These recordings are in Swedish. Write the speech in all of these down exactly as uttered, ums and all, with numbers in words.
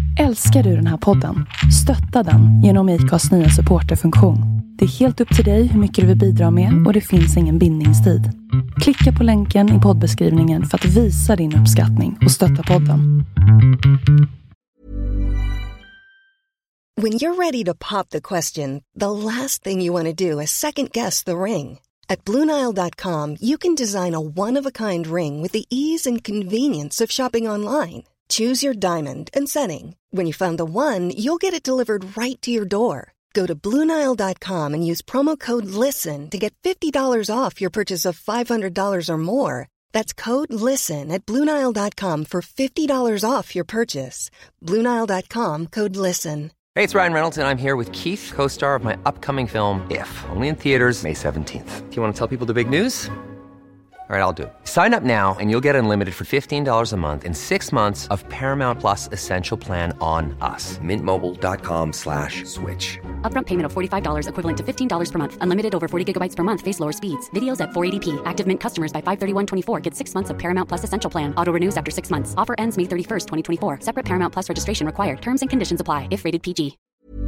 Älskar du den här podden? Stötta den genom I C A:s nya supporterfunktion. Det är helt upp till dig hur mycket du vill bidra med och det finns ingen bindningstid. Klicka på länken i poddbeskrivningen för att visa din uppskattning och stötta podden. When you're ready to pop the question, the last thing you want to do is second guess the ring. At Blue Nile dot com, you can design a one-of-a-kind ring with the ease and convenience of shopping online. Choose your diamond and setting. When you find the one, you'll get it delivered right to your door. Go to Blue Nile dot com and use promo code LISTEN to get fifty dollars off your purchase of five hundred dollars or more. That's code LISTEN at Blue Nile dot com for fifty dollars off your purchase. Blue Nile dot com, code LISTEN. Hey, it's Ryan Reynolds, and I'm here with Keith, co-star of my upcoming film, If, only in theaters May seventeenth. Do you want to tell people the big news? All right, I'll do it. Sign up now and you'll get unlimited for fifteen dollars a month and six months of Paramount Plus Essential Plan on us. Mint Mobile dot com slash switch. Upfront payment of forty-five dollars equivalent to fifteen dollars per month. Unlimited over forty gigabytes per month. Face lower speeds. Videos at four eighty p. Active Mint customers by five thirty-one twenty-four get six months of Paramount Plus Essential Plan. Auto renews after six months. Offer ends May thirty-first, twenty twenty-four. Separate Paramount Plus registration required. Terms and conditions apply if rated P G.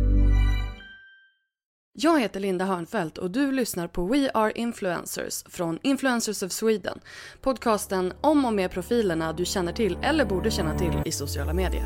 Jag heter Linda Hörnfeldt och du lyssnar på We Are Influencers från Influencers of Sweden. Podcasten om och med profilerna du känner till eller borde känna till i sociala medier.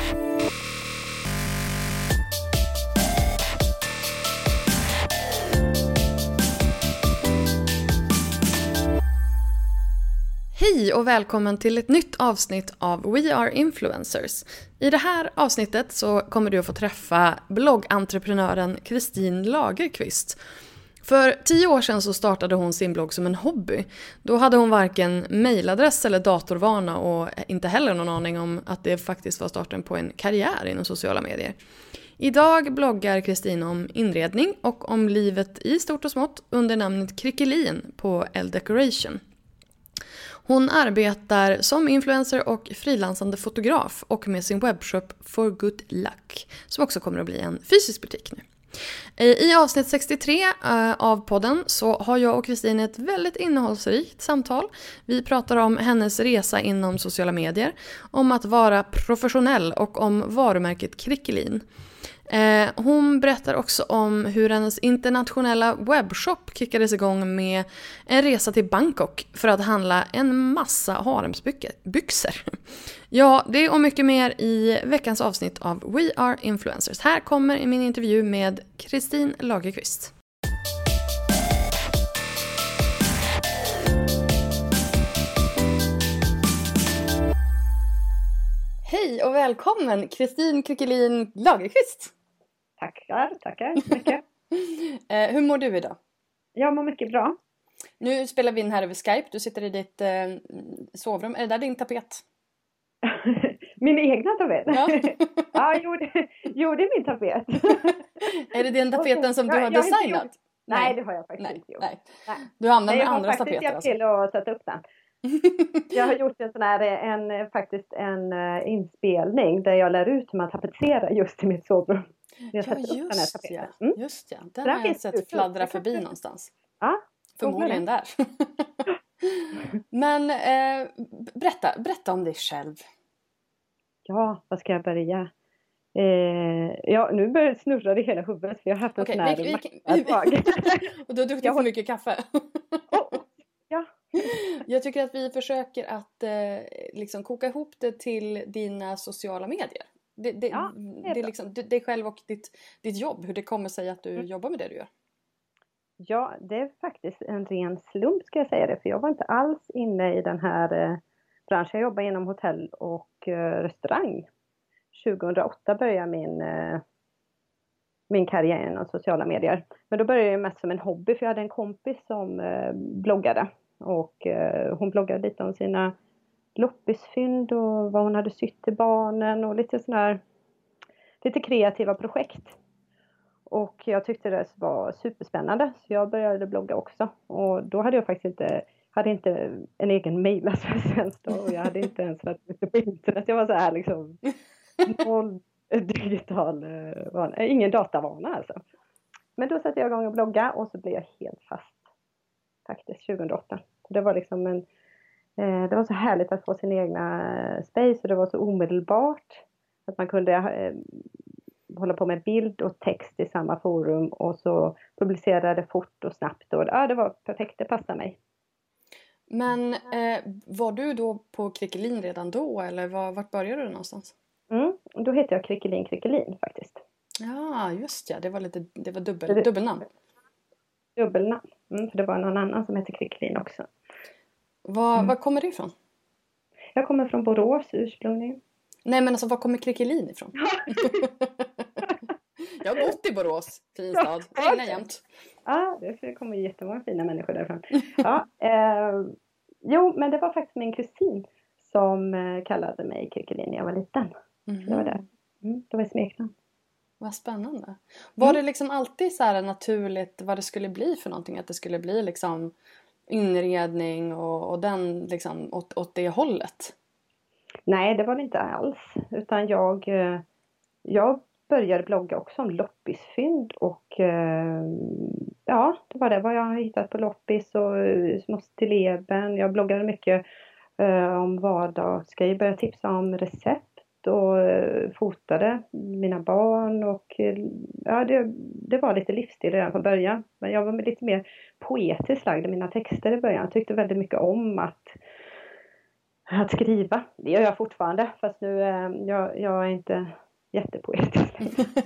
Hej och välkommen till ett nytt avsnitt av We Are Influencers. I det här avsnittet så kommer du att få träffa bloggentreprenören Kristin Lagerqvist. För tio år sedan så startade hon sin blogg som en hobby. Då hade hon varken mejladress eller datorvana och inte heller någon aning om att det faktiskt var starten på en karriär inom sociala medier. Idag bloggar Kristin om inredning och om livet i stort och smått under namnet Krickelin på Elle Decoration. Hon arbetar som influencer och frilansande fotograf och med sin webbshop For Good Luck som också kommer att bli en fysisk butik nu. I avsnitt sextiotre av podden så har jag och Kristin ett väldigt innehållsrikt samtal. Vi pratar om hennes resa inom sociala medier, om att vara professionell och om varumärket Krickelin. Eh, hon berättar också om hur hennes internationella webbshop kickades igång med en resa till Bangkok för att handla en massa haremsbyxor. Ja, det och mycket mer i veckans avsnitt av We Are Influencers. Här kommer min intervju med Kristin Lagerqvist. Hej och välkommen Kristin Krickelin Lagerqvist. Tackar, tackar mycket. eh, hur mår du idag? Jag mår mycket bra. Nu spelar vi in här över Skype. Du sitter i ditt eh, sovrum. Är det där din tapet? Min egna tapet? Ja, ja jo, det, jo, det är min tapet. Är det den tapeten som du jag, har jag designat? Nej, nej, det har jag faktiskt nej, inte gjort. Nej. Nej. Du använder andra tapeter? Jag har faktiskt hjälpt alltså. till att sätta upp den. Jag har gjort en sån här, en, faktiskt en uh, inspelning där jag lär ut hur man tapetserar just i mitt sovrum. Jag ja, just, upp den här tapeten. Mm. Ja, just ja. Den har jag sett fladdra förbi någonstans. Ja. Förmodligen där. Men eh, berätta, berätta om dig själv. Ja, vad ska jag börja? Eh, ja, nu börjar det snurra i hela huvudet för jag har haft en okay, sån här vi, vi, vi, Och du har druckit för mycket kaffe. oh, ja. Jag tycker att vi försöker att eh, liksom koka ihop det till dina sociala medier. Det, det, ja, det är det är liksom dig själv och ditt, ditt jobb. Hur det kommer sig att du mm. jobbar med det du gör. Ja, det är faktiskt en ren slump ska jag säga det. För jag var inte alls inne i den här eh, branschen. Jag jobbar inom hotell och eh, restaurang. tjugohundraåtta började min, eh, min karriär inom sociala medier. Men då började jag mest som en hobby. För jag hade en kompis som eh, bloggade. Och eh, hon bloggade lite om sina loppisfynd och vad hon hade sytt till barnen. Och lite sådana här, lite kreativa projekt. Och jag tyckte det var superspännande. Så jag började blogga också. Och då hade jag faktiskt inte, hade inte en egen mailadress då. Och jag hade inte ens varit ute på internet. Jag var så här liksom noll digital vana. Ingen datavana alltså. Men då satte jag igång och blogga. Och så blev jag helt fast. Faktiskt tjugohundraåtta. Det var liksom en, eh, det var så härligt att få sin egna space. Och det var så omedelbart. Att man kunde eh, hålla på med bild och text i samma forum och så publicerade det fort och snabbt. Och, ja, det var perfekt, det passade mig. Men eh, var du då på Krickelin redan då eller var, vart började du någonstans? Mm, då heter jag Krickelin Krickelin faktiskt. Ja, just ja. Det var lite det var dubbel, det, dubbelnamn. Dubbelnamn. Mm, för det var någon annan som heter Krickelin också. Var, mm. var kommer det ifrån? Jag kommer från Borås ursprungligen. Nej, men alltså var kommer Krickelin ifrån? Jag har bott i Borås, fin stad. Regnar jämt. Ja, det kommer jättemånga fina människor därifrån. Ja, eh, jo, men det var faktiskt min kusin som eh, kallade mig Krickelin när jag var liten. Mm-hmm. Det var det. Mm, det var ett smeknamn. Vad spännande. Var mm. det liksom alltid så här naturligt vad det skulle bli för någonting? Att det skulle bli liksom inredning och, och den liksom åt, åt det hållet? Nej, det var det inte alls. Utan jag, eh, jag började blogga också om loppisfynd och eh, ja, det var det vad jag har hittat på loppis och eh, små stilleben. Jag bloggade mycket eh, om vardagsgrejer, började tipsa om recept och eh, fotade mina barn och eh, ja, det, det var lite livsstil redan från början. Men jag var lite mer poetiskt lagd i mina texter i början. Jag tyckte väldigt mycket om att att skriva. Det gör jag fortfarande, fast nu eh, jag, jag är inte jättepoetisk.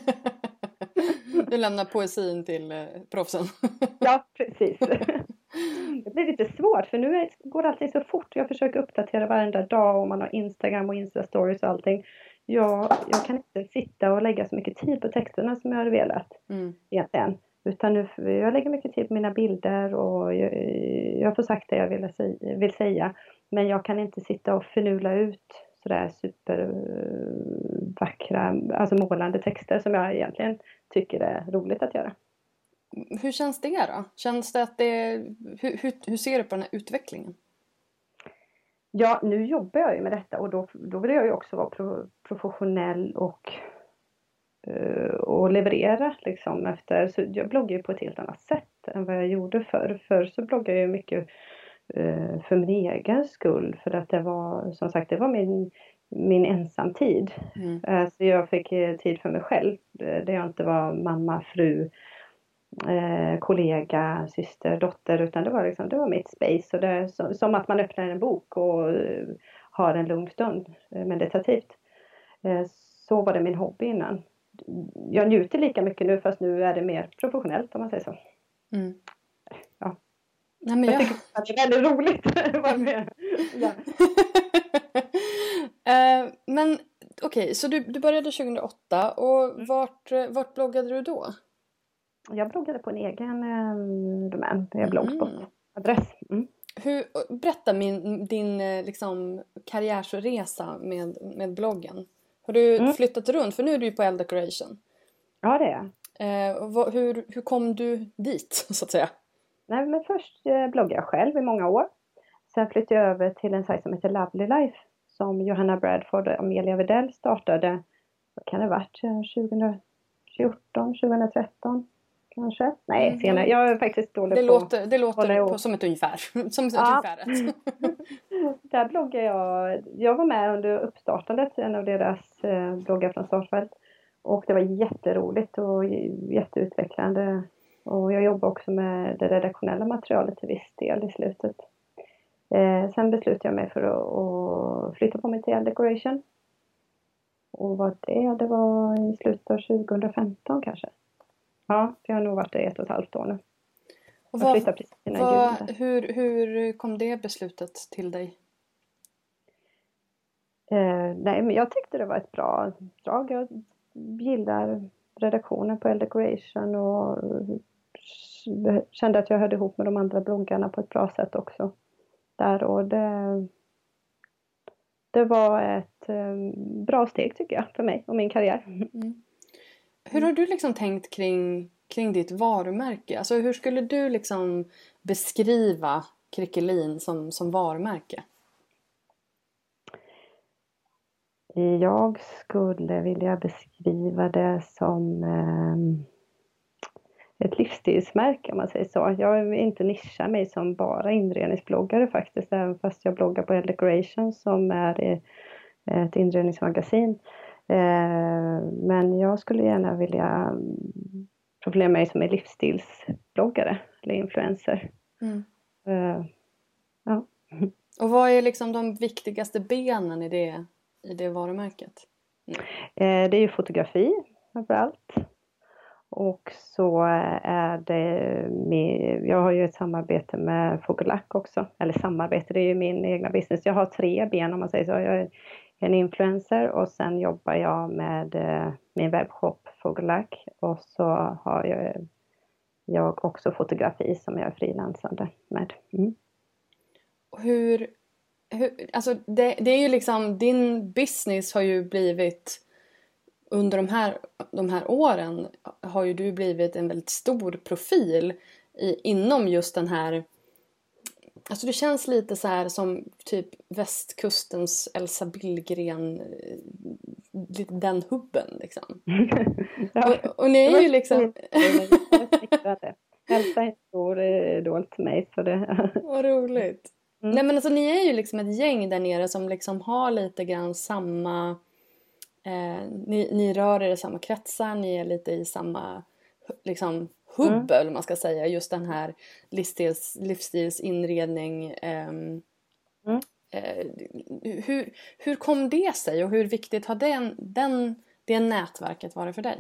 Du lämnar poesin till eh, proffsen. Ja, precis. Det blir lite svårt för nu är, går allting så fort. Jag försöker uppdatera varenda dag och man har Instagram och Insta-stories och allting. Jag, jag kan inte sitta och lägga så mycket tid på texterna som jag hade velat mm. egentligen. Utan nu, jag lägger mycket tid på mina bilder och jag, jag får sagt det jag vill, vill säga. Men jag kan inte sitta och förnula ut sådär supervackra, alltså målande texter som jag egentligen tycker är roligt att göra. Hur känns det då? Känns det att det, hur, hur, hur ser du på den här utvecklingen? Ja, nu jobbar jag ju med detta och då, då vill jag ju också vara pro, professionell och, uh, och leverera liksom efter. Så jag bloggar ju på ett helt annat sätt än vad jag gjorde förr. Förr så bloggade jag ju mycket uh, för min egen skull för att det var, som sagt, det var min, min ensamtid. Mm. Uh, så jag fick uh, tid för mig själv. Uh, där jag inte var mamma, fru, Eh, kollega, syster, dotter, utan det var liksom, det var mitt space och det, så, som att man öppnar en bok och eh, har en lugn stund eh, meditativt. Eh, så var det min hobby innan. Jag njuter lika mycket nu fast nu är det mer professionellt om man säger så. Mm. Ja. Nej, men jag, jag tycker att det är väldigt roligt att vara med. Ja. eh, men okej, okay, så du, du började tjugohundraåtta och vart, vart bloggade du då? Jag bloggade på en egen eh, domän, jag bloggspot-adress. Mm. Hur, berätta min, din liksom, karriärsresa med, med bloggen. Har du mm. flyttat runt? För nu är du ju på Elle Decoration. Ja, det är eh, vad, hur, hur kom du dit, så att säga? Nej, men först eh, bloggade jag själv i många år. Sen flyttade jag över till en sajt som heter Lovely Life. Som Johanna Bradford och Amelia Widell startade. Vad kan det ha varit? tjugofjorton, tjugotretton? Kanske? Nej, mm. senare. Jag är faktiskt dålig det på... Låter, det låter på, som ett ungefär. Som ett ja. ungefär rätt. Där bloggade jag. Jag var med under uppstartandet. En av deras eh, bloggar från startfält. Och det var jätteroligt och jätteutvecklande. Och jag jobbade också med det redaktionella materialet till viss del i slutet. Eh, sen beslutade jag mig för att, att flytta på mig till Elle Decoration. Och vad det, det var i slutet av tjugohundrafemton kanske. Ja, jag har nog varit där i ett och ett halvt år nu. Och vad, vad, hur, hur kom det beslutet till dig? Eh, nej, men jag tyckte det var ett bra drag. Jag gillar redaktionen på Elle Decoration och kände att jag hörde ihop med de andra bloggarna på ett bra sätt också. Där och det, det var ett eh, bra steg tycker jag för mig och min karriär. Mm. Hur har du liksom tänkt kring, kring ditt varumärke? Alltså hur skulle du liksom beskriva Krickelin som, som varumärke? Jag skulle vilja beskriva det som eh, ett livsstilsmärke om man säger så. Jag vill inte nischa mig som bara inredningsbloggare faktiskt. Även fast jag bloggar på Elle Decoration som är ett inredningsmagasin. Eh, men jag skulle gärna vilja profilera mig som en livsstilsbloggare eller influencer. Mm. Eh, ja. Och vad är liksom de viktigaste benen i det, i det varumärket? Mm. Eh, det är ju fotografi framförallt. Och så är det med, jag har ju ett samarbete med Fogellack också. Eller samarbete, det är ju min egna business. Jag har tre ben om man säger så. Jag är en influencer och sen jobbar jag med eh, min webbshop Fogellack. Och så har jag, jag också fotografi som jag är frilansande med. Mm. Hur, hur, alltså det, det är ju liksom, din business har ju blivit, under de här, de här åren har ju du blivit en väldigt stor profil i, inom just den här, alltså det känns lite så här som typ västkustens Elsa Billgren, lite den hubben liksom. Ja, och, och ni är ju liksom... Elsa är stor idol till mig. Så det... Vad roligt. Mm. Nej men alltså ni är ju liksom ett gäng där nere som liksom har lite grann samma, eh, ni, ni rör er i samma kretsar, ni är lite i samma liksom hubb, eller mm. man ska säga, just den här livsstils, livsstilsinredning. Eh, mm. eh, hur, hur kom det sig och hur viktigt har den, den, det nätverket varit för dig?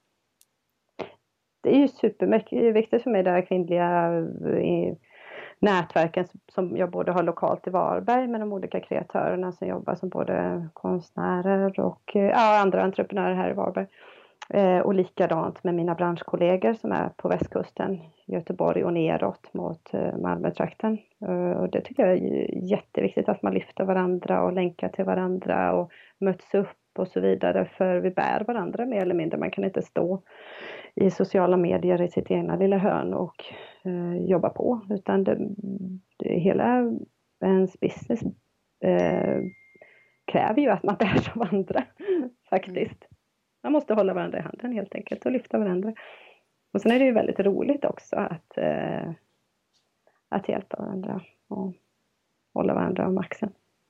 Det är ju supermycket viktigt för mig, det här kvinnliga i, nätverken som jag både har lokalt i Varberg med de olika kreatörerna som jobbar som både konstnärer och ja, andra entreprenörer här i Varberg. Eh, och likadant med mina branschkollegor som är på västkusten, Göteborg och neråt mot eh, Malmötrakten. Eh, och det tycker jag är jätteviktigt att man lyfter varandra och länkar till varandra och möts upp och så vidare, för vi bär varandra mer eller mindre. Man kan inte stå i sociala medier i sitt egna lilla hörn och eh, jobba på, utan det, det, hela ens business eh, kräver ju att man bärs av andra faktiskt. Man måste hålla varandra i handen helt enkelt och lyfta varandra. Och sen är det ju väldigt roligt också att, eh, att hjälpa varandra och hålla varandra om axeln.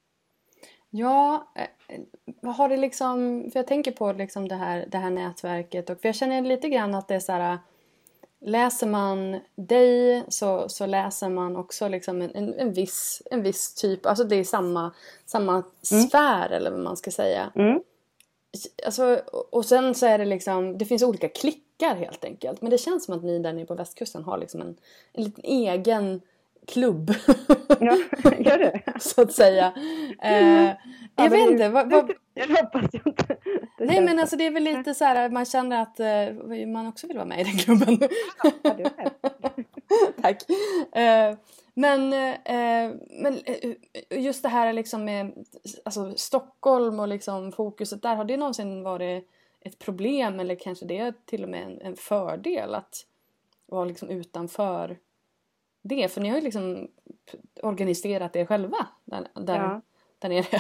Ja, vad har det liksom, för jag tänker på liksom det här, det här nätverket, och för jag känner lite grann att det är så här, läser man dig så, så läser man också liksom en, en, en, viss, en viss typ, alltså det är samma, samma mm. sfär eller vad man ska säga. Mm. Alltså, och sen så är det liksom, det finns olika klickar helt enkelt, men det känns som att ni där nere på västkusten har liksom en, en liten egen klubb. Ja, gör det. Så att säga. Eh, jag vet inte. Vad, vad... Jag hoppas ju inte. Det Nej, men alltså det är väl lite så här, man känner att eh, man också vill vara med i den klubben. Ja, det är Tack. Eh, men, eh, men just det här liksom med alltså Stockholm och liksom fokuset där, har det någonsin varit ett problem, eller kanske det är till och med en, en fördel att vara liksom utanför det? För ni har ju liksom organiserat det själva där, där, ja. där nere.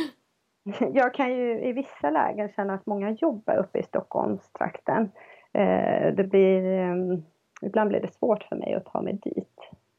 Jag kan ju i vissa lägen känna att många jobbar uppe i Stockholmstrakten. Eh, det blir, eh, ibland blir det svårt för mig att ta mig dit.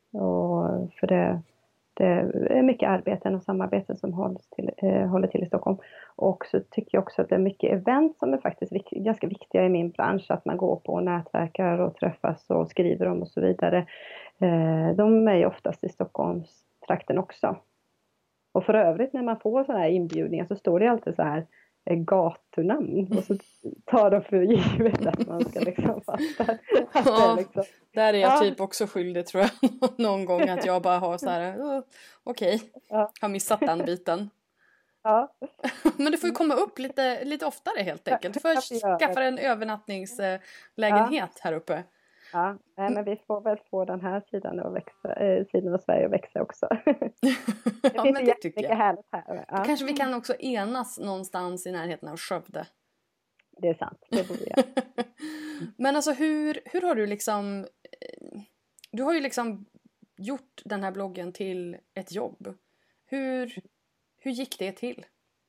Och för det, det är mycket arbeten och samarbeten som hålls till, eh, håller till i Stockholm. Och så tycker jag också att det är mycket event som är faktiskt vik- ganska viktiga i min bransch. Att man går på nätverkar och träffas och skriver om och så vidare. Eh, de är ju oftast i Stockholmstrakten också. Och för övrigt när man får sådana här inbjudningar så står det alltid så här gatunamn. Och så tar de för givet att man ska liksom fatta. Ja, liksom. Där är jag Ja. typ också skyldig, tror jag. Någon gång att jag bara har så här, oh, okej, okay. Ja. Har missat den biten. Ja. Men du får ju komma upp lite, lite oftare helt enkelt. Du får skaffa en övernattningslägenhet ja. här uppe. Ja, nej, men vi får väl få den här sidan av, växa, eh, sidan av Sverige att växa också. Det ja, finns men ju det tycker jag. Härligt här. Ja. Kanske vi kan också enas någonstans i närheten av Skövde. Det är sant, det borde jag. Men alltså hur, hur har du liksom, du har ju liksom gjort den här bloggen till ett jobb. Hur, hur gick det till?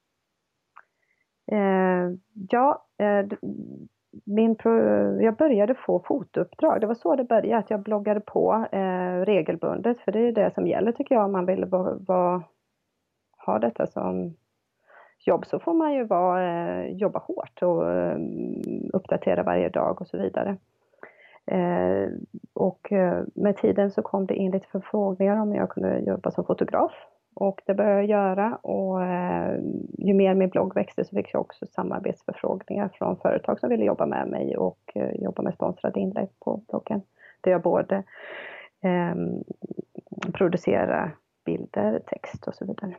Eh, ja, eh, min pro- jag började få fotouppdrag. Det var så det började, att jag bloggade på eh, regelbundet. För det är det som gäller tycker jag om man vill va- va- ha detta som jobb så får man ju vara, eh, jobba hårt och eh, uppdatera varje dag och så vidare. Eh, och eh, med tiden så kom det in lite förfrågningar om jag kunde jobba som fotograf. Och det började jag göra, och eh, ju mer min blogg växte så fick jag också samarbetsförfrågningar från företag som ville jobba med mig och eh, jobba med sponsrade inlägg på bloggen. Där jag både eh, producerar bilder, text och så vidare.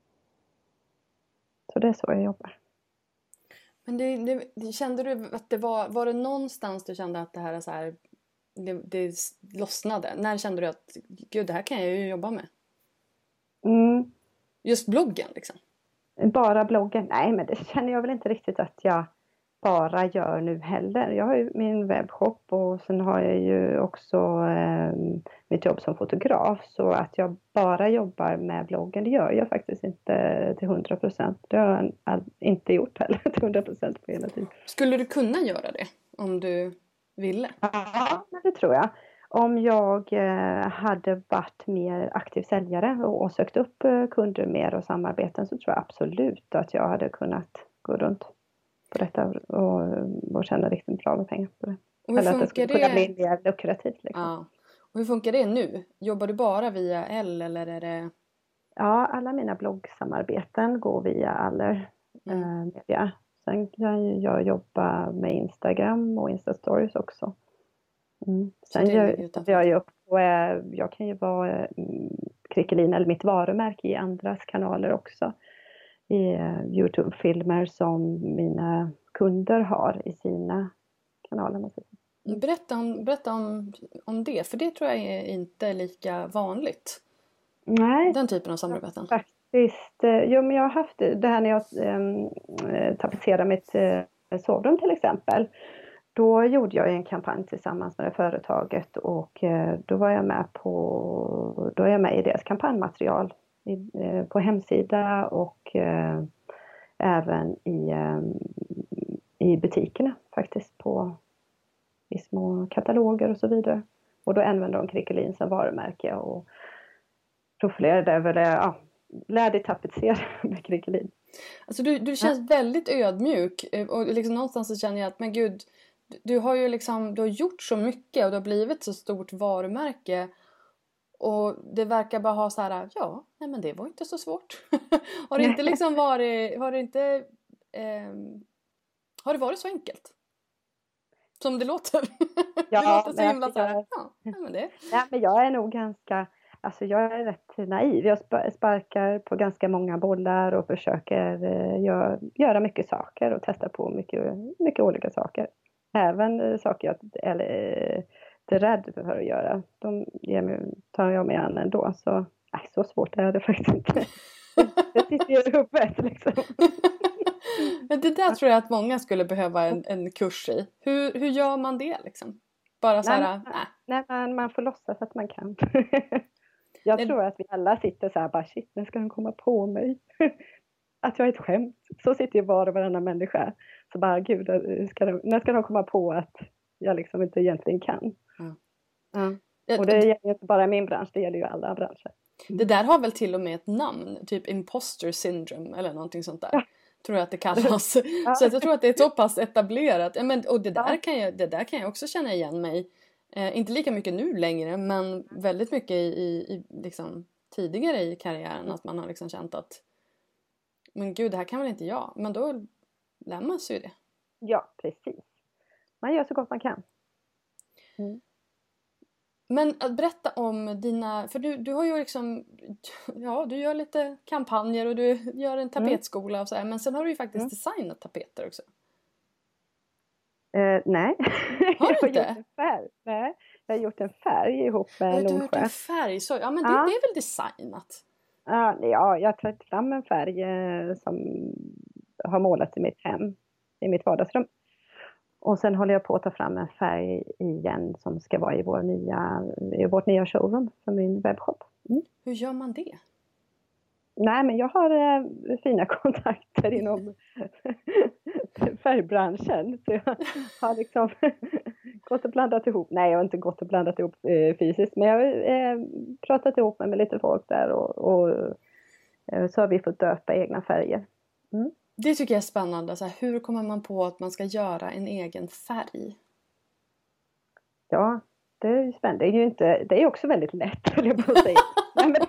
Så det är så jag jobbar. Men det, det, kände du att det var, var det någonstans du kände att det här är så här, det, det lossnade? När kände du att, gud, det här kan jag ju jobba med? Mm. Just bloggen liksom? Bara bloggen? Nej, men det känner jag väl inte riktigt att jag bara gör nu heller. Jag har ju min webbshop och sen har jag ju också eh, mitt jobb som fotograf. Så att jag bara jobbar med bloggen, det gör jag faktiskt inte till hundra procent. Det har jag inte gjort heller till hundra procent på hela tiden. Skulle du kunna göra det om du ville? Ja, det tror jag. Om jag eh, hade varit mer aktiv säljare och, och sökt upp eh, kunder mer och samarbeten, så tror jag absolut att jag hade kunnat gå runt på detta och, och tjäna riktigt bra med pengar på det. Och hur Eller att det skulle kunna det? bli mer lukrativt. Liksom. Ja. Och hur funkar det nu? Jobbar du bara via L eller är det? Ja, alla mina bloggsamarbeten går via Aller mm. eh, media. Sen kan jag jobba med Instagram och Insta-stories också. Mm. Sen jag, jag, jag, jag kan ju vara mm, Krickelin eller mitt varumärke i andras kanaler också. I uh, YouTube-filmer som mina kunder har i sina kanaler. Berätta, om, berätta om, om det, för det tror jag är inte lika vanligt. Nej. Den typen av samarbeten. Faktiskt, jo, men jag har haft det här när jag eh, tapetserar mitt eh, sovrum till exempel. Då gjorde jag en kampanj tillsammans med det företaget och eh, då var jag med på då är jag med i deras kampanjmaterial i, eh, på hemsida och eh, även i, eh, i butikerna faktiskt på i små kataloger och så vidare. Och då använder de Krickelin som varumärke och profilerade väl, ja, lär dig tapetsera med Krickelin. Alltså du, du känns ja. väldigt ödmjuk och liksom någonstans så känner jag att men gud, du har ju liksom, du har gjort så mycket och du har blivit så stort varumärke och det verkar bara ha så här, ja, nej men det var inte så svårt. Har det inte liksom varit, har det inte eh, har det varit så enkelt? Som det låter. Ja, det låter så himla så här, jag, ja, nej men det. Nej, men jag är nog ganska, alltså jag är rätt naiv. Jag sparkar på ganska många bollar och försöker eh, gör, göra mycket saker och testa på mycket, mycket olika saker. Även eh, saker jag eller, är rädd för att göra. De ger mig, tar jag mig an ändå. Så, nej, så svårt är det faktiskt inte. Det sitter ju i huvudet liksom. Men det där tror jag att många skulle behöva en, en kurs i. Hur, hur gör man det liksom? Bara så här, nej, nej. nej man får låtsas att man kan. Jag det... tror att vi alla sitter så här, bara shit, när ska de komma på mig? Att jag är ett skämt. Så sitter ju var och varannan människa. Så bara, gud, ska de, när ska de komma på att jag liksom inte egentligen kan? Mm. Ja. Och det gäller ju inte bara min bransch, det gäller ju alla branscher. Det där har väl till och med ett namn, typ imposter syndrome eller någonting sånt där. Ja. Tror jag att det kallas. Ja. Så jag tror att det är så pass etablerat. Men, och det där, ja. kan jag, det där kan jag också känna igen mig. Eh, inte lika mycket nu längre, men väldigt mycket i, i, i liksom, tidigare i karriären. Att man har liksom känt att men gud, det här kan väl inte jag. Men då lär man sig ju det. Ja, precis. Man gör så gott man kan. Mm. Men att berätta om dina, för du, du har ju liksom, ja, du gör lite kampanjer och du gör en tapetskola och så här, men sen har du ju faktiskt mm. designat tapeter också. Uh, nej. Har du jag inte? Har gjort en färg. Nej, jag har gjort en färg ihop med en Du har gjort en färg, så, ja men det, ja. det är väl designat? Uh, ja, jag har tagit fram en färg uh, som har målat i mitt hem, i mitt vardagsrum. Och sen håller jag på att ta fram en färg igen som ska vara i, vår nya, i vårt nya showroom för min webbshop. Mm. Hur gör man det? Nej, men jag har eh, fina kontakter inom färgbranschen. Så jag har liksom gått och blandat ihop. Nej, jag har inte gått och blandat ihop eh, fysiskt. Men jag har eh, pratat ihop med lite folk där. Och, och eh, så har vi fått döpa egna färger. Mm. Det tycker jag är spännande. Så här, hur kommer man på att man ska göra en egen färg? Ja, det är ju spännande. Det är ju inte, det är också väldigt lätt, höll jag på att säga. Nej, men,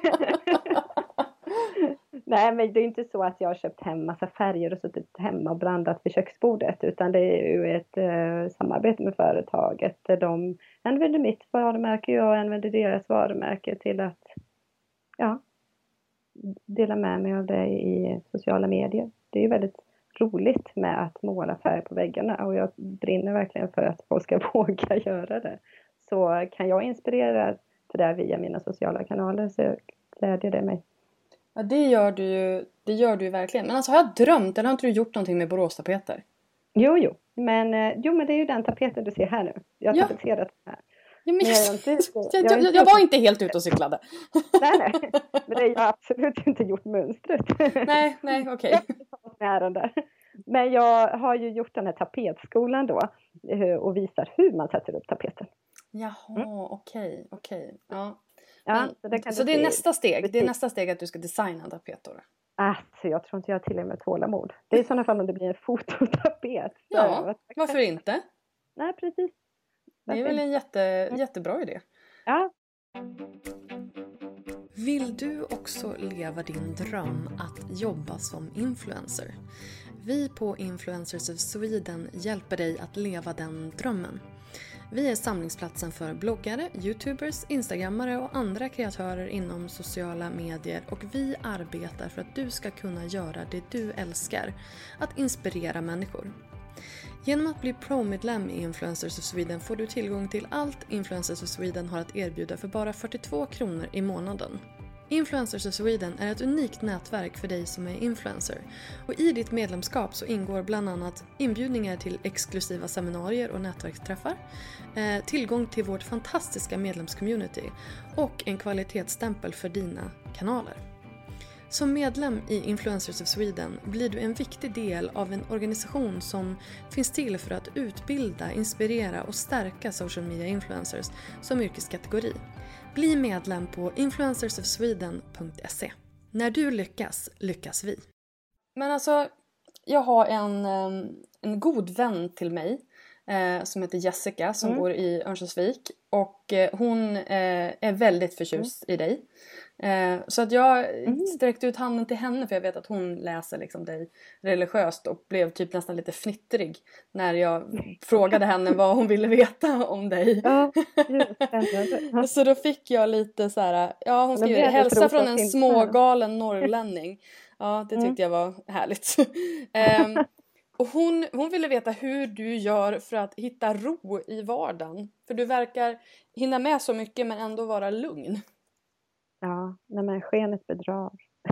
nej, men det är inte så att jag har köpt hem massa färger och suttit hemma och blandat vid köksbordet. Utan det är ju ett eh, samarbete med företaget. Där de använder mitt varumärke och jag använder deras varumärke till att ja, dela med mig av det i sociala medier. Det är ju väldigt roligt med att måla färg på väggarna och jag brinner verkligen för att folk ska våga göra det. Så kan jag inspirera till det via mina sociala kanaler så glädjer det mig. Ja, det gör du ju, det gör du ju verkligen. Men alltså har jag drömt eller har inte du gjort någonting med Boråstapeter? Jo, jo. Men, jo, men det är ju den tapeten du ser här nu. Jag har ja. tapetserat den här. Ja, men jag, jag, inte, jag, jag, jag, jag var inte helt ute och cyklade. Nej, nej. Men det har jag absolut inte gjort mönstret. Nej, nej, okej. Okay. Men jag har ju gjort den här tapetskolan då. Och visar hur man sätter upp tapeten. Jaha, mm. okej, okej. Ja. Ja, så det, så det är nästa steg. Precis. Det är nästa steg att du ska designa en tapet då? Alltså, jag tror inte jag har till och med tålamod. Det är i sådana fall om det blir en fototapet. Ja, varför inte? Nej, precis. Det är väl en jätte, jättebra idé. Ja. Vill du också leva din dröm att jobba som influencer? Vi på Influencers of Sweden hjälper dig att leva den drömmen. Vi är samlingsplatsen för bloggare, youtubers, instagrammare och andra kreatörer inom sociala medier och vi arbetar för att du ska kunna göra det du älskar, att inspirera människor. Genom att bli pro-medlem i Influencers of Sweden får du tillgång till allt Influencers of Sweden har att erbjuda för bara fyrtiotvå kronor i månaden. Influencers of Sweden är ett unikt nätverk för dig som är influencer och i ditt medlemskap så ingår bland annat inbjudningar till exklusiva seminarier och nätverksträffar, eh, tillgång till vårt fantastiska medlemscommunity och en kvalitetsstämpel för dina kanaler. Som medlem i Influencers of Sweden blir du en viktig del av en organisation som finns till för att utbilda, inspirera och stärka social media influencers som yrkeskategori. Bli medlem på influencers of sweden punkt se. När du lyckas, lyckas vi. Men alltså, jag har en, en god vän till mig eh, som heter Jessica som mm. bor i Örnsköldsvik. Och eh, hon eh, är väldigt förtjust mm. i dig. Eh, så att jag mm. sträckte ut handen till henne för jag vet att hon läser liksom dig religiöst och blev typ nästan lite fnittrig när jag frågade henne vad hon ville veta om dig. Ja, så då fick jag lite så här, ja hon skriver hälsa från en smågalen norrlänning. Ja, det tyckte mm. jag var härligt. eh, och hon, hon ville veta hur du gör för att hitta ro i vardagen. För du verkar hinna med så mycket men ändå vara lugn. Ja, nej men skenet bedrar.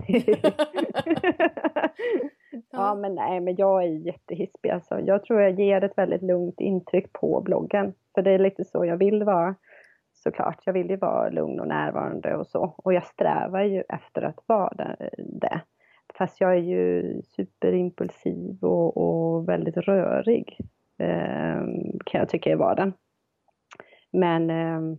ja, men nej, men jag är jättehispig. Alltså. Jag tror jag ger ett väldigt lugnt intryck på bloggen. För det är lite så jag vill vara. Såklart, jag vill ju vara lugn och närvarande och så. Och jag strävar ju efter att vara det. Fast jag är ju superimpulsiv och, och väldigt rörig. Eh, kan jag tycka i vardagen. Men... Eh,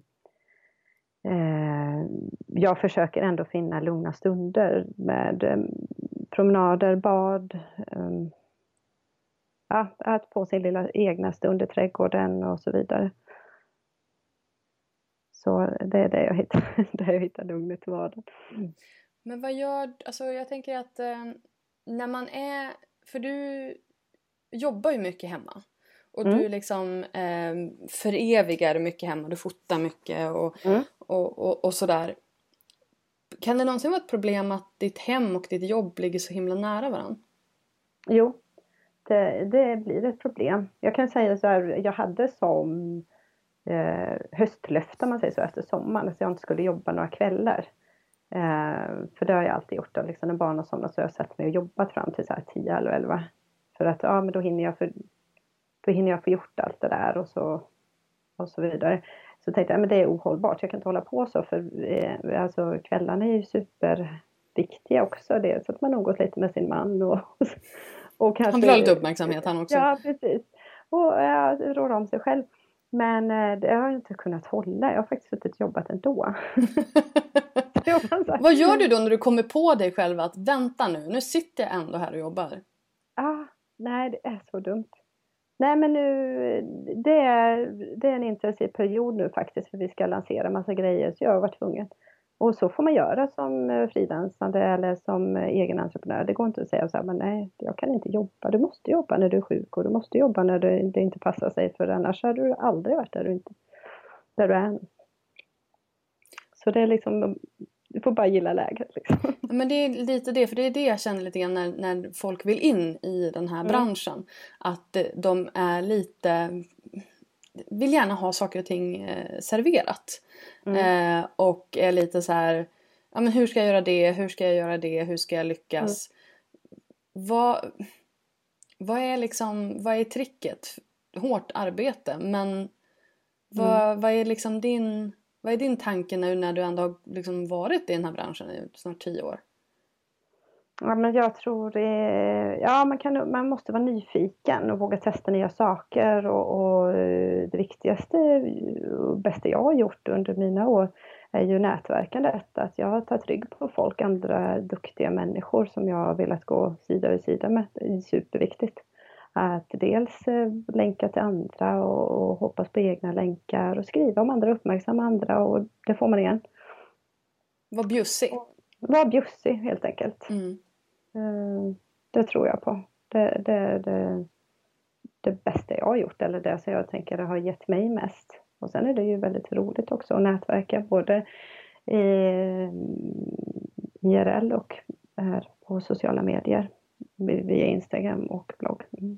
Eh, jag försöker ändå finna lugna stunder med eh, promenader, bad, eh, ja, att få sin lilla egna stund i trädgården och så vidare. Så det är det jag hittar, där jag hittar lugnet i vardagen. Mm. Men vad gör, alltså jag tänker att eh, när man är, för du jobbar ju mycket hemma. Och mm. du liksom eh, förevigar mycket hemma. Du fotar mycket och, mm. och, och, och sådär. Kan det någonsin vara ett problem att ditt hem och ditt jobb ligger så himla nära varandra? Jo, det, det blir ett problem. Jag kan säga så här, jag hade som eh, höstlöfte, man säger så, efter sommaren. Så jag inte skulle jobba några kvällar. Eh, för det har jag alltid gjort. Då. Liksom när barnen somnar så har jag sett mig och jobbat fram till så här tio eller elva. För att ja, men då hinner jag för... Då hinner jag få gjort allt det där och så, och så vidare. Så tänkte jag, men det är ohållbart. Jag kan inte hålla på så. För eh, alltså, kvällarna är ju superviktiga också. Det är så att man umgås lite med sin man. Och, och kanske, han vill ha lite uppmärksamhet han också. Ja, precis. Och ja, rår om sig själv. Men eh, det har jag inte kunnat hålla. Jag har faktiskt suttit och jobbat ändå. Vad gör du då när du kommer på dig själv att vänta nu. Nu sitter jag ändå här och jobbar. ah, nej det är så dumt. Nej men nu, det är, det är en intensiv period nu faktiskt för vi ska lansera massa grejer så jag har varit tvungen. Och så får man göra som frilansande eller som egen entreprenör. Det går inte att säga så här, men nej jag kan inte jobba. Du måste jobba när du är sjuk och du måste jobba när du, det inte passar sig för annars hade du aldrig varit där du, inte, där du är. Så det är liksom, du får bara gilla läget liksom. Men det är lite det, för det är det jag känner lite grann när, när folk vill in i den här mm. branschen. Att de är lite, vill gärna ha saker och ting eh, serverat. Mm. Eh, och är lite så här, ja men hur ska jag göra det, hur ska jag göra det, hur ska jag lyckas? Mm. Vad, vad är liksom, vad är tricket? Hårt arbete, men vad, mm. vad är liksom din... Vad är din tanke nu när du ändå har liksom varit i den här branschen i snart tio år? Ja, men jag tror det, ja, man, kan, man måste vara nyfiken och våga testa nya saker. Och, och det viktigaste och bästa jag har gjort under mina år är ju nätverkandet. Att jag har tagit rygg på folk, andra duktiga människor som jag har velat gå sida vid sida med. Det är superviktigt. Att dels länka till andra och, och hoppas på egna länkar och skriva om andra, uppmärksamma andra och det får man igen. Var bjussig. Var bjussig helt enkelt. Mm. Det tror jag på. Det, det, det, det bästa jag har gjort eller det som jag tänker har gett mig mest. Och sen är det ju väldigt roligt också att nätverka både i I R L och här på sociala medier. Via Instagram och blogg. Mm.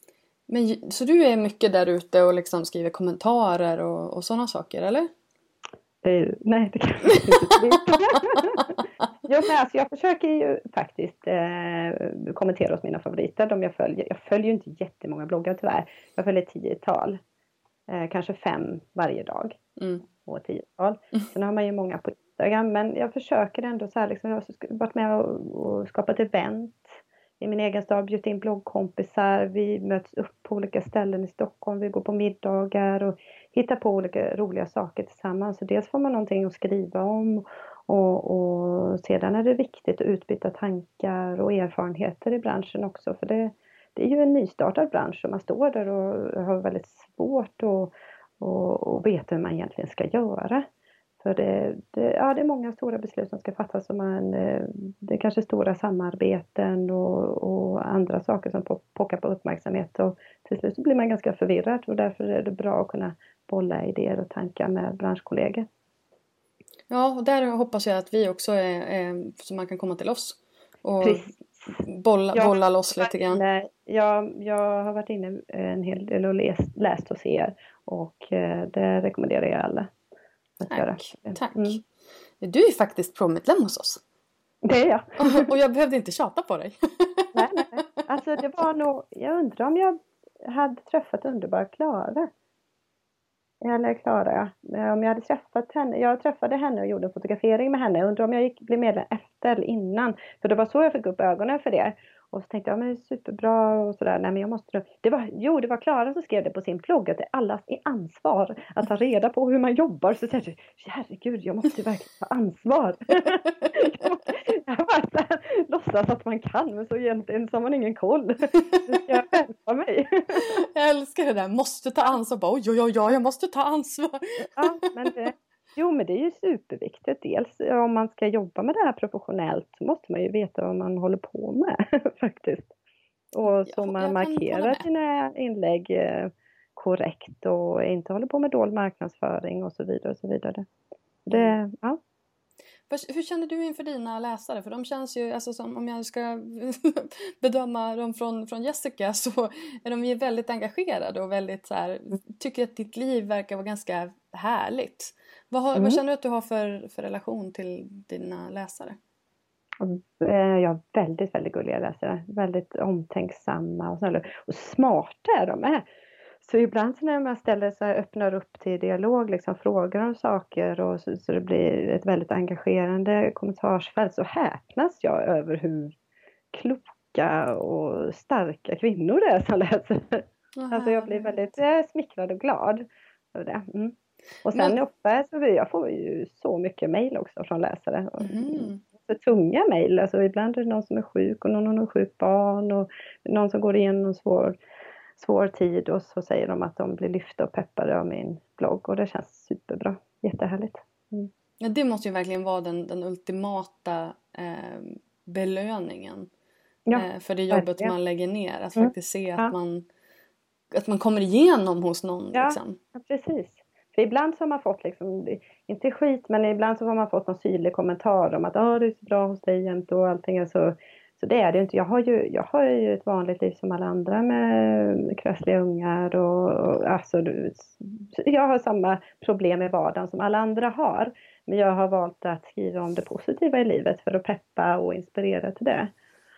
Men, så du är mycket där ute och liksom skriver kommentarer och, och sådana saker, eller? Uh, nej, det kan jag inte. Jo, men alltså, jag försöker ju faktiskt eh, kommentera hos mina favoriter. De jag följer. Jag följer ju inte jättemånga bloggar tyvärr. Jag följer tiotal. Eh, kanske fem varje dag. Mm. Och tiotal. Mm. Sen har man ju många på Instagram. Men jag försöker ändå så här. Liksom, jag har varit med och, och skapat event. I min egen stad, bjudit in bloggkompisar. Vi möts upp på olika ställen i Stockholm. Vi går på middagar och hittar på olika roliga saker tillsammans. Så dels får man någonting att skriva om. Och, och sedan är det viktigt att utbyta tankar och erfarenheter i branschen också. För det, det är ju en nystartad bransch och man står där och har väldigt svårt att och, och veta hur man egentligen ska göra. För det, det, ja, det är många stora beslut som ska fattas och man, det är kanske stora samarbeten och, och andra saker som pockar på uppmärksamhet. Och till slut så blir man ganska förvirrad och därför är det bra att kunna bolla idéer och tankar med branschkollegor. Ja, och där hoppas jag att vi också är, är så man kan komma till oss och bolla, jag, bolla loss lite grann. Nej, jag, jag har varit inne en hel del och läst, läst hos er och det rekommenderar jag alla. Tack, tack. Mm. Du är faktiskt pro-medlem hos oss. Det är jag. Och jag behövde inte tjata på dig. Nej, nej. Alltså det var nog, jag undrar om jag hade träffat underbara Klara. Eller Klara, ja. Om jag hade träffat henne, jag träffade henne och gjorde en fotografering med henne. Jag undrar om jag gick, blev medlem efter eller innan. För det var så jag fick upp ögonen för det. Och så tänkte jag, men det är superbra och sådär. Nej men jag måste, det var, jo det var Klara som skrev det på sin blogg. Att det är allas ansvar att ta reda på hur man jobbar. Så tänkte jag, herregud jag måste verkligen ta ansvar. jag bara så här, låtsas att man kan. Men så egentligen så har man ingen koll. Nu ska jag hjälpa mig. Jag älskar det där, måste ta ansvar. Bara, oj oj oj, jag måste ta ansvar. Ja men det... Jo men det är ju superviktigt. Dels om man ska jobba med det här professionellt så måste man ju veta vad man håller på med faktiskt. Och så ja, man markerar sina inlägg eh, korrekt och inte håller på med dold marknadsföring och så vidare och så vidare. Det, mm. ja. Hur känner du inför dina läsare? För de känns ju, alltså som om jag ska bedöma dem från, från Jessica så är de ju väldigt engagerade och väldigt så här, tycker att ditt liv verkar vara ganska härligt. Vad, har, mm. vad känner du att du har för, för relation till dina läsare? Jag har väldigt, väldigt gulliga läsare. Väldigt omtänksamma och, snälla. Och smarta är de är. Så ibland när man ställer sig öppnar upp till dialog, liksom frågar om saker och så, så det blir ett väldigt engagerande kommentarsfält så häpnas jag över hur kloka och starka kvinnor det är som läser. Aha. Alltså jag blir väldigt eh, smickrad och glad över det. Mm. Och sen Men... ofta så blir jag får ju så mycket mejl också från läsare. Mm. för tunga mejl. Alltså ibland är det någon som är sjuk och någon har ett sjukt barn och någon som går igenom en svår, svår tid och så säger de att de blir lyfta och peppade av min blogg och det känns superbra. Jättehärligt. Mm. Ja, det måste ju verkligen vara den, den ultimata eh, belöningen Ja, eh, för det jobbet verkligen. man lägger ner. Att Mm. faktiskt se att, Ja. man, att man kommer igenom hos någon. Ja, Liksom. ja, precis. För ibland så har man fått, liksom, inte skit, men ibland så har man fått någon syrlig kommentar om att ah, det är så bra hos dig jämt och allting. Är så, så det är det inte. Jag har, ju, jag har ju ett vanligt liv som alla andra med krassliga ungar. Och, och, alltså, jag har samma problem i vardagen som alla andra har. Men jag har valt att skriva om det positiva i livet för att peppa och inspirera till det.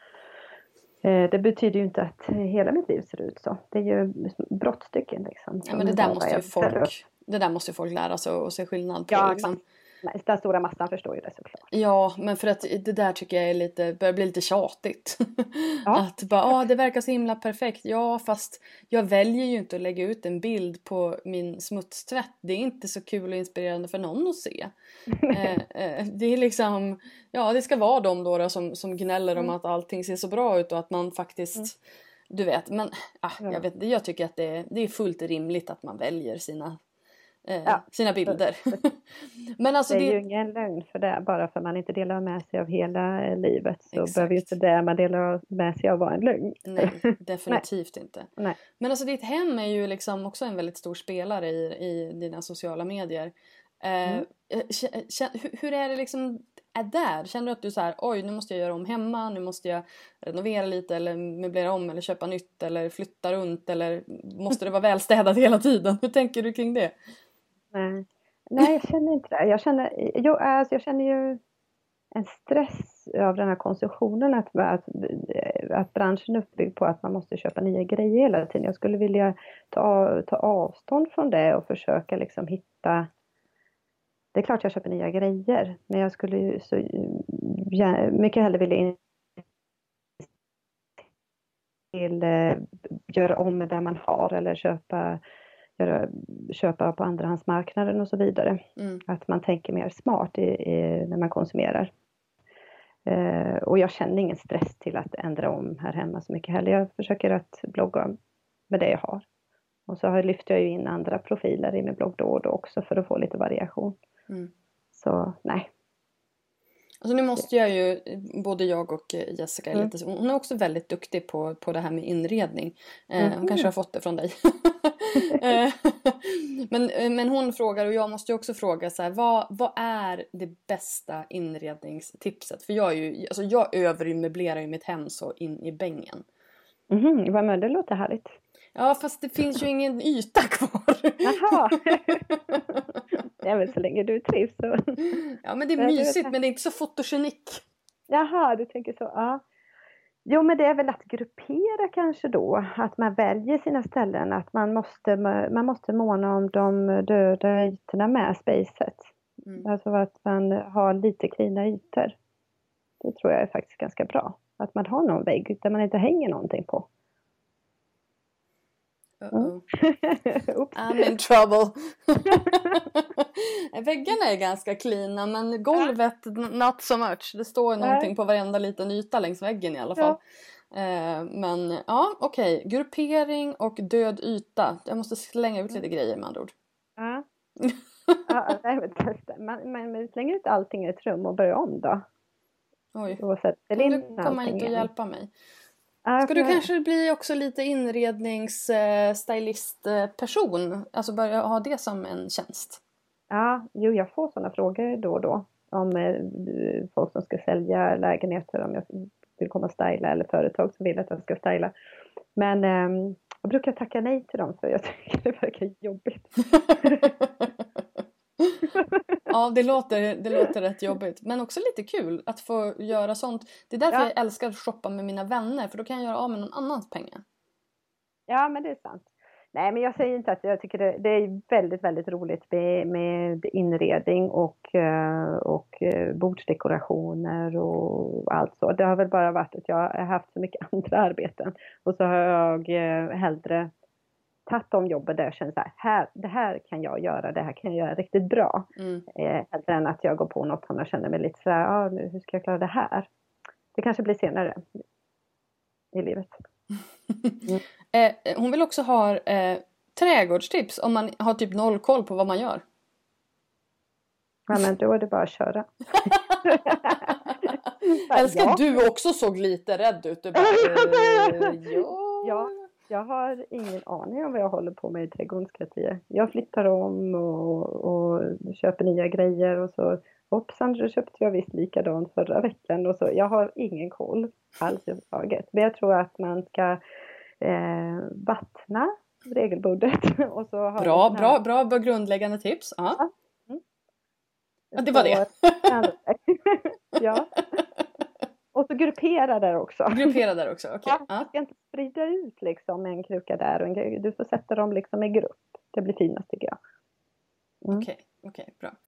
Det betyder ju inte att hela mitt liv ser ut så. Det är ju brottstycken liksom. Ja, men det där måste ju folk, det där måste ju folk lära sig och se skillnad på. Ja, liksom. Nej, den stora massan förstår ju det såklart. Ja, men för att det där tycker jag är lite, börjar bli lite tjatigt. Ja. Att bara, ah, det verkar så himla perfekt. Ja, fast jag väljer ju inte att lägga ut en bild på min smutstvätt. Det är inte så kul och inspirerande för någon att se. eh, eh, det är liksom, ja det ska vara de då, då som, som gnäller om Mm. att allting ser så bra ut och att man faktiskt, mm. du vet, men ah, Ja. jag, vet, jag tycker att det, det är fullt rimligt att man väljer sina Eh, Ja. sina bilder. Men alltså det är det... ju ingen lögn för det. Bara för man inte delar med sig av hela livet. Så Exakt. behöver ju inte det man delar med sig av vara en lögn. Nej, definitivt Nej. inte. Nej. Men alltså ditt hem är ju liksom också en väldigt stor spelare i, i dina sociala medier. Eh, Mm. k- k- hur är det liksom är där? Känner du att du så här, oj nu måste jag göra om hemma, nu måste jag renovera lite eller möblera om eller köpa nytt eller flytta runt eller måste det vara välstädat hela tiden? Hur tänker du kring det? Nej. Nej, jag känner inte det. Jag känner, jo, alltså jag känner ju en stress av den här konsumtionen. Att, att, att branschen är uppbyggd på att man måste köpa nya grejer hela tiden. Jag skulle vilja ta, ta avstånd från det och försöka liksom hitta... Det är klart jag köper nya grejer. Men jag skulle ju så ja, mycket hellre vilja in till uh, göra om med det man har eller köpa... Göra, köpa på andrahandsmarknaden och så vidare. Mm. Att man tänker mer smart i, i, när man konsumerar. Eh, och jag känner ingen stress till att ändra om här hemma så mycket heller. Jag försöker att blogga med det jag har. Och så har, lyfter jag ju in andra profiler i min blogg då och då också för att få lite variation. Mm. Så nej. Alltså nu måste jag ju, både jag och Jessica är Mm. lite, hon är också väldigt duktig på, på det här med inredning. Eh, Mm. hon kanske har fått det från dig. Eh, men, men hon frågar och jag måste ju också fråga så här, vad, vad är det bästa inredningstipset? För jag är ju, alltså jag övermöblerar ju mitt hem så in i bängen. Mm, vad men det låter härligt. Ja, fast det finns ju ingen yta kvar. Jaha. Det är väl så länge du trivs så. Ja, men det är mysigt, men det är inte så fotogenik. Jaha, du tänker så. Ja. Jo, men det är väl att gruppera kanske då. Att man väljer sina ställen. Att man måste, man måste måna om de döda ytorna med spacet. Mm. Alltså att man har lite klina ytor. Det tror jag är faktiskt ganska bra. Att man har någon vägg där man inte hänger någonting på. Uh-oh. Oops. I'm in trouble. Väggarna är ganska cleana, men golvet not so much. Det står någonting Nej. på varenda liten yta längs väggen i alla fall. Ja. Eh, men ja, okej. Okay. Gruppering och död yta. Jag måste slänga ut lite grejer med andra ord. Ja. Ja, nej, men testa. Man, man, man slänger ut allting i ett rum och börjar om då. Oj. Och sätter Kan in du komma allting hit och igen. hjälpa mig? Ja, Ska du för- kanske bli också lite inrednings-stylist-person? Alltså börja ha det som en tjänst. Ja, jo, jag får sådana frågor då och då. Om eh, folk som ska sälja lägenheter, om jag vill komma och styla, eller företag som vill att jag ska styla. Men eh, jag brukar tacka nej till dem för jag tycker det verkar jobbigt. Ja, det låter, det låter rätt jobbigt. Men också lite kul att få göra sånt. Det är därför Ja. jag älskar att shoppa med mina vänner. För då kan jag göra av med någon annans pengar. Ja, men det är sant. Nej, men jag säger inte att jag tycker det, det är väldigt, väldigt roligt med, med inredning och, eh, och eh, bordsdekorationer och allt så. Det har väl bara varit att jag har haft så mycket andra arbeten. Och så har jag eh, hellre tagit de jobben där jag känner så här, här, det här kan jag göra, det här kan jag göra riktigt bra. Mm. Eh, hellre än att jag går på något som jag känner mig lite så här, ah, nu, hur ska jag klara det här? Det kanske blir senare i livet. Mm. eh, hon vill också ha eh, trädgårdstips om man har typ noll koll på vad man gör. Ja, men då är det bara att köra. Älskar ja. Du också såg lite rädd ut. Du bara, eh, ja. ja, jag har ingen aning om vad jag håller på med i trädgården, ska jag säga. Jag flyttar om och, och köper nya grejer och så hoppsan, då köpte jag visst likadant förra veckan och så. Jag har ingen koll alls överhuvudtaget. Men jag tror att man ska eh, vattna regelbundet. Och så har bra, här... bra, bra, bra grundläggande tips. Ja. Ja. Mm. Ja, det var det. Ja. Och så gruppera där också. Gruppera där också, okej. Okay. Ja, du ska inte sprida ut liksom en kruka där. Och en, du får sätta dem liksom i grupp. Det blir finast tycker jag. Okej, mm. okej, okay, okay, bra.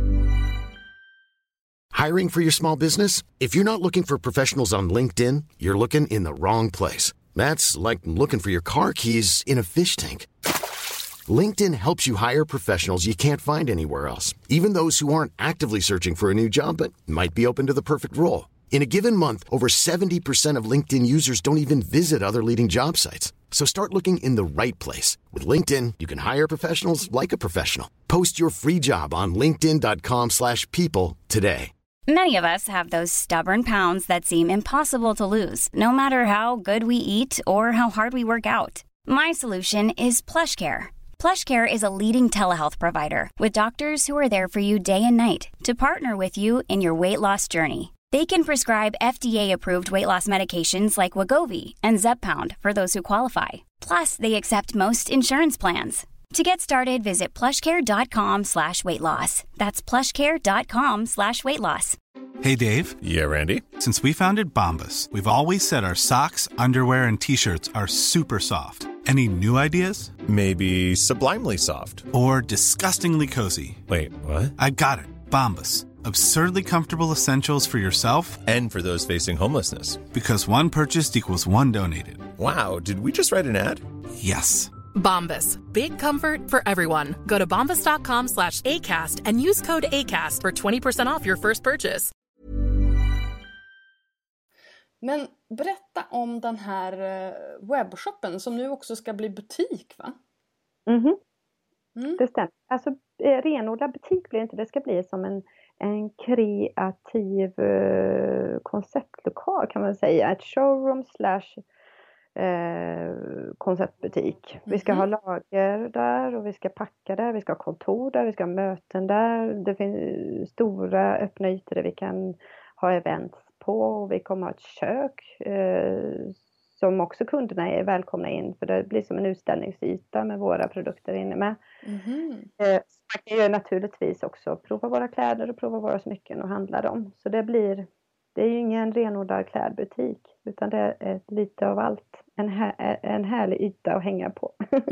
Hiring for your small business? If you're not looking for professionals on LinkedIn, you're looking in the wrong place. That's like looking for your car keys in a fish tank. LinkedIn helps you hire professionals you can't find anywhere else, even those who aren't actively searching for a new job but might be open to the perfect role. In a given month, over seventy percent of LinkedIn users don't even visit other leading job sites. So start looking in the right place. With LinkedIn, you can hire professionals like a professional. Post your free job on linkedin dot com slash people today. Many of us have those stubborn pounds that seem impossible to lose, no matter how good we eat or how hard we work out. My solution is PlushCare. PlushCare is a leading telehealth provider with doctors who are there for you day and night to partner with you in your weight loss journey. They can prescribe F D A-approved weight loss medications like Wegovy and Zepbound for those who qualify. Plus, they accept most insurance plans. To get started, visit plushcare.com slash weight loss. That's plushcare.com slash weight loss. Hey, Dave. Yeah, Randy. Since we founded Bombas, we've always said our socks, underwear, and T-shirts are super soft. Any new ideas? Maybe sublimely soft. Or disgustingly cozy. Wait, what? I got it. Bombas. Absurdly comfortable essentials for yourself and for those facing homelessness. Because one purchased equals one donated. Wow, did we just write an ad? Yes. Bombas. Big comfort for everyone. Go to bombas.com slash ACAST and use code ACAST for twenty percent off your first purchase. Men berätta om den här webbshoppen som nu också ska bli butik, va? Mhm. Mm. Det stämmer. Alltså renodlad butik blir inte, det ska bli som en en kreativ eh, konceptlokal kan man säga. Ett showroom slash eh, konceptbutik. Mm-hmm. Vi ska ha lager där och vi ska packa där. Vi ska ha kontor där, vi ska ha möten där. Det finns stora öppna ytor där vi kan ha events på. Och vi kommer ha ett kök eh, som också kunderna är välkomna in. För det blir som en utställningsyta med våra produkter inne med. Mm-hmm. Eh, man kan ju naturligtvis också prova våra kläder och prova våra smycken och handla dem. Så det blir, det är ju ingen renodlad klädbutik. Utan det är lite av allt. En, här, en härlig yta att hänga på.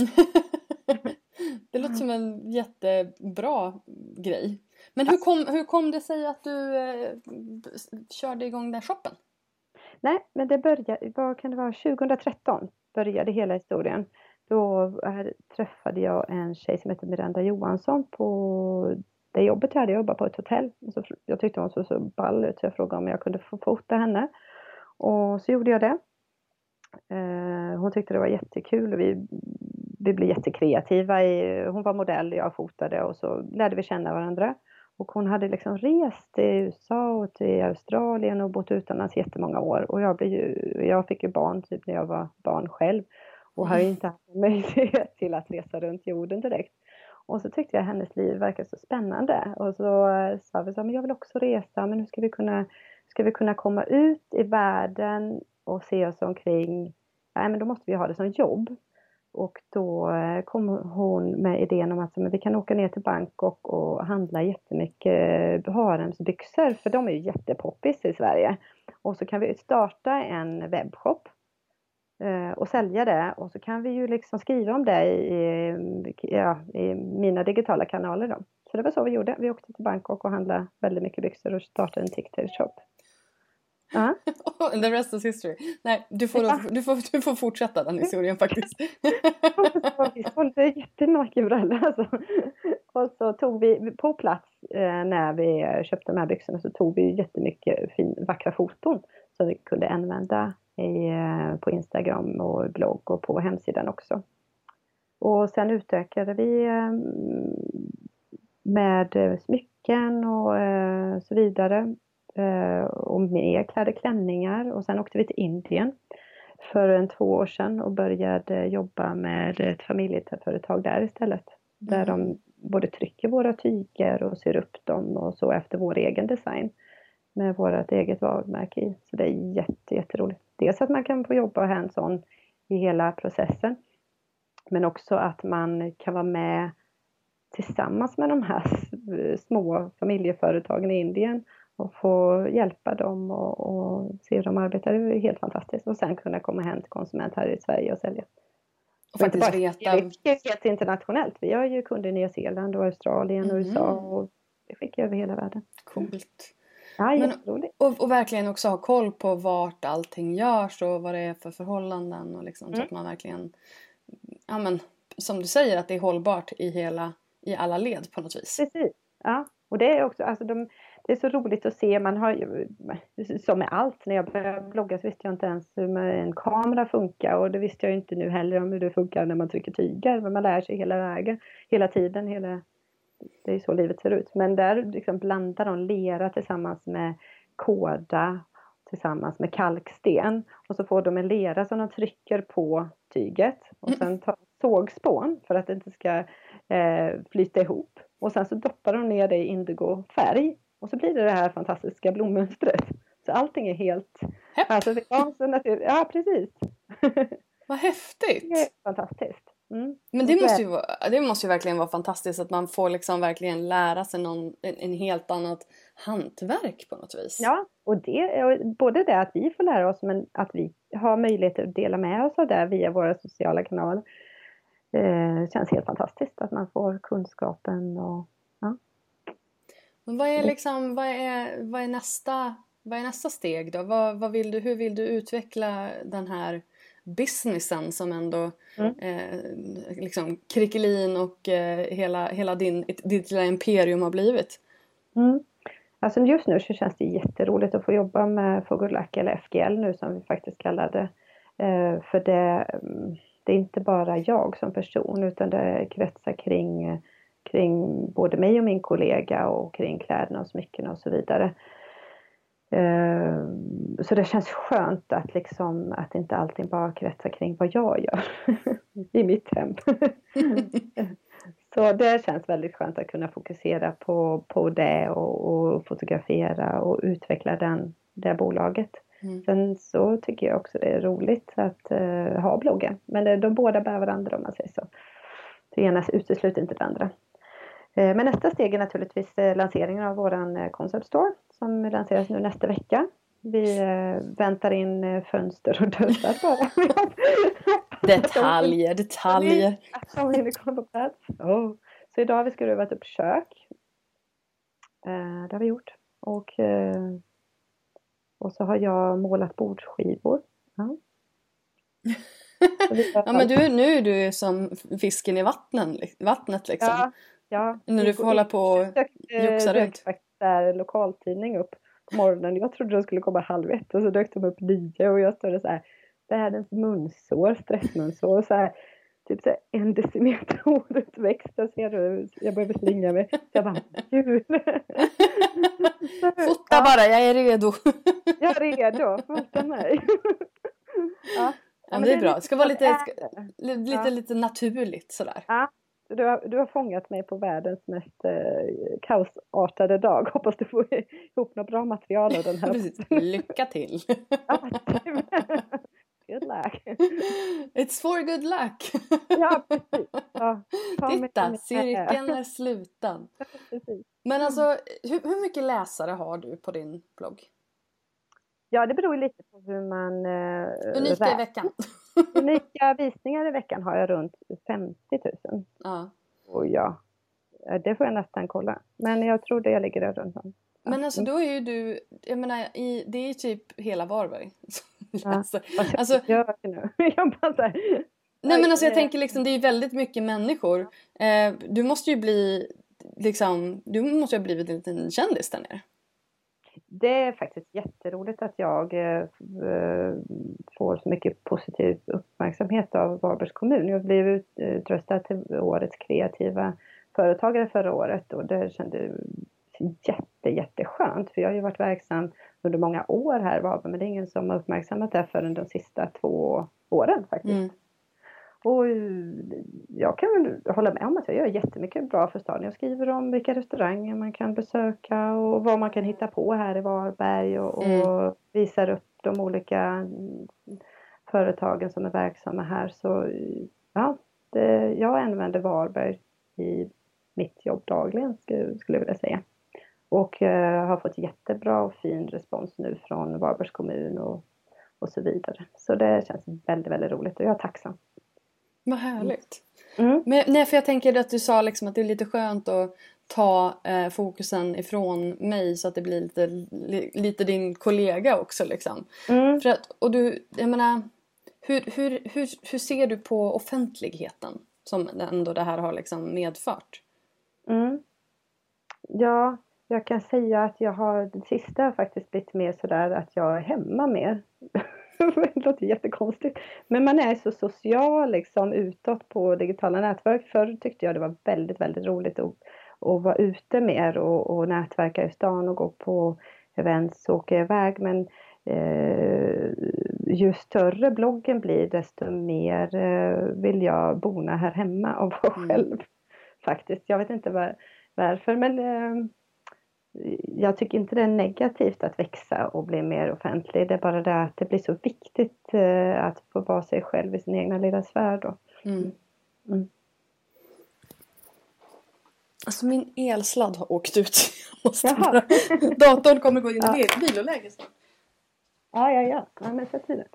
Det låter som en jättebra grej. Men hur kom, hur kom det sig att du eh, körde igång den shoppen? Nej, men det började, vad kan det vara, tjugohundratretton började hela historien. Då här, träffade jag en tjej som heter Miranda Johansson på det jobbet jag hade jobbat på ett hotell. Så jag tyckte hon såg så ball ut så jag frågade om jag kunde få fota henne. Och så gjorde jag det. Eh, hon tyckte det var jättekul och vi, vi blev jättekreativa. I, hon var modell och jag fotade och så lärde vi känna varandra. Och hon hade liksom rest till U S A och till Australien och bott utomlands jättemånga år. Och jag, blev ju, jag fick ju barn typ när jag var barn själv. Och har ju inte haft möjlighet till att resa runt jorden direkt. Och så tyckte jag att hennes liv verkade så spännande. Och så sa vi så men jag vill också resa. Men hur ska vi kunna, ska vi kunna komma ut i världen och se oss omkring? Nej, men då måste vi ha det som jobb. Och då kom hon med idén om att men vi kan åka ner till Bangkok och handla jättemycket haremsbyxor. För de är ju jättepoppis i Sverige. Och så kan vi starta en webbshop. Och sälja det. Och så kan vi ju liksom skriva om det i, ja, i mina digitala kanaler då. Så det var så vi gjorde. Vi åkte till Bangkok och handlade väldigt mycket byxor och startade en TikTok-shop. Uh-huh. The rest is history. Nej, du får, ja. du, får, du får fortsätta den historien faktiskt. Vi sålde jättemycket brallor alltså. Och så tog vi på plats eh, när vi köpte de här byxorna, så tog vi jättemycket fin, vackra foton som vi kunde använda i, eh, på Instagram och blogg och på hemsidan också. Och sen utökade vi eh, med smycken och eh, så vidare. Eh, och mer klädda klänningar. Och sen åkte vi till Indien för en två år sedan och började jobba med ett familjeföretag där istället. Där mm. de både trycker våra tyger och ser upp dem och så efter vår egen design. Med vårt eget varumärke i. Så det är jätte, jätteroligt. Dels att man kan få jobba hands-on i hela processen. Men också att man kan vara med tillsammans med de här små familjeföretagen i Indien. Och få hjälpa dem och, och se hur de arbetar. Det är helt fantastiskt. Och sen kunna komma hem till konsument här i Sverige och sälja. Och faktiskt bara, veta. Det är helt internationellt. Vi har ju kunder i Nya Zeeland och Australien och mm. U S A. Och det skickar över hela världen. Coolt. Ja, men, jätteroligt. Och, och verkligen också ha koll på vart allting görs och vad det är för förhållanden. Och liksom, mm. Så att man verkligen, ja men som du säger, att det är hållbart i, hela, i alla led på något vis. Precis, ja. Och det är också, alltså de, det är så roligt att se, man har ju, som med allt, när jag började blogga så visste jag inte ens hur en kamera funkar. Och det visste jag inte nu heller om hur det funkar när man trycker tyger. Men man lär sig hela vägen, hela tiden, hela, det är så livet ser ut. Men där liksom blandar de lera tillsammans med kåda, tillsammans med kalksten. Och så får de en lera som de trycker på tyget. Och sen tar sågspån för att det inte ska eh, flyta ihop. Och sen så doppar de ner det i indigo färg. Och så blir det det här fantastiska blommönstret. Så allting är helt... Alltså, det är så natur... Ja, precis. Vad häftigt. Det är fantastiskt. Mm. Men det måste, ju vara, det måste ju verkligen vara fantastiskt att man får liksom verkligen lära sig någon, en, en helt annat hantverk på något vis. Ja, och det, både det att vi får lära oss, men att vi har möjlighet att dela med oss av det via våra sociala kanaler. Det känns helt fantastiskt att man får kunskapen och ja. Men vad är liksom vad är vad är nästa vad är nästa steg då? Vad vad vill du hur vill du utveckla den här businessen som ändå mm. eh, liksom Krickelin och eh, hela hela din ditt lilla imperium har blivit? Mm. Alltså just nu så känns det jätteroligt att få jobba med For Good Luck eller F G L nu som vi faktiskt kallar det. Eh, för det Det är inte bara jag som person utan det kretsar kring, kring både mig och min kollega och kring kläderna och smyckena och så vidare. Så det känns skönt att, liksom, att inte allting bara kretsar kring vad jag gör i mitt hem. Så det känns väldigt skönt att kunna fokusera på, på det och, och fotografera och utveckla den, det bolaget. Mm. Sen så tycker jag också det är roligt att uh, ha bloggen. Men de båda bär varandra om man säger så. Det ena utesluter inte det andra. Uh, men nästa steg är naturligtvis uh, lanseringen av våran uh, concept store. Som lanseras nu nästa vecka. Vi uh, väntar in uh, fönster och dörrar bara. detaljer, detaljer. oh. Så idag har vi skruvat upp kök. Uh, det har vi gjort. Och... Uh, Och så har jag målat bordsskivor. Ja, ja men du, nu är du som fisken i vattnen, vattnet liksom. Ja, ja. När du får hålla på och joxa runt. Jag där lokaltidning upp på morgonen. Jag trodde de skulle komma halv ett. Och så dök de upp nio. Och jag stod så här. Världens munsår, stressmunsår. Så här. Typ så här en decimeter håret växte. Så jag, jag började slinga mig. Så jag bara, gud. Fota bara, jag är redo. Jag är redo, fota mig. Ja. Ja, men det är bra. Det ska vara lite, ska, lite, ja. lite naturligt sådär. Ja, du har, du har fångat mig på världens mest eh, kaosartade dag. Hoppas du får ihop något bra material av den här. Precis. Lycka till. Ja, good luck. It's for good luck. Ja, precis. Ja, titta, cirkeln är sluten. Precis. Men alltså, hur, hur mycket läsare har du på din blogg? Ja, det beror lite på hur man... Uh, Unika i veckan. Unika visningar i veckan har jag runt femtio tusen. Ja. Och ja, det får jag nästan kolla. Men jag tror det jag ligger där runt Men alltså då är ju du, jag menar, i, det är ju typ hela Varberg. Ja. alltså, alltså, jag nu. jag bara så här, nej men alltså jag tänker liksom, det är väldigt mycket människor. Eh, du måste ju bli, liksom, du måste ju ha blivit en liten kändis där nere. Det är faktiskt jätteroligt att jag eh, får så mycket positiv uppmärksamhet av Varbergs kommun. Jag blev utröstad till årets kreativa företagare förra året och det kändes jätte, jätteskönt. För jag har ju varit verksam under många år här i Varberg, men det är ingen som har uppmärksammat det förrän de sista två åren faktiskt. Mm. Och jag kan väl hålla med om att jag gör jättemycket bra för staden. Jag skriver om vilka restauranger man kan besöka och vad man kan hitta på här i Varberg och, mm. och visar upp de olika företagen som är verksamma här. Så ja, det, jag använder Varberg i mitt jobb dagligen skulle, skulle jag vilja säga. Och uh, har fått jättebra och fin respons nu från Varbergs kommun och, och så vidare. Så det känns väldigt, väldigt roligt och jag är tacksam. Vad härligt. Mm. Men, nej, för jag tänker att du sa liksom att det är lite skönt att ta eh, fokusen ifrån mig så att det blir lite, li, lite din kollega också liksom. Mm. För att, och du, jag menar, hur, hur, hur, hur ser du på offentligheten som ändå det här har liksom medfört? Mm. Ja, jag kan säga att jag har, det sista har faktiskt blivit mer sådär att jag är hemma mer. Det låter jättekonstigt. Men man är så social liksom utåt på digitala nätverk. Förr tyckte jag det var väldigt, väldigt roligt att, att vara ute mer och, och nätverka i stan och gå på events och åka iväg. Men eh, ju större bloggen blir desto mer eh, vill jag bona här hemma och vara mm. själv. Faktiskt, jag vet inte var, varför men eh, jag tycker inte det är negativt att växa och bli mer offentlig. Det är bara det att det blir så viktigt eh, att få vara sig själv i sin egna lilla sfär då. Mm. Mm. Alltså min elsladd har åkt ut. Jag måste bara... Datorn kommer gå in i ja. viloläge snart. Ja, ja, ja. Ja, men sätt tiden.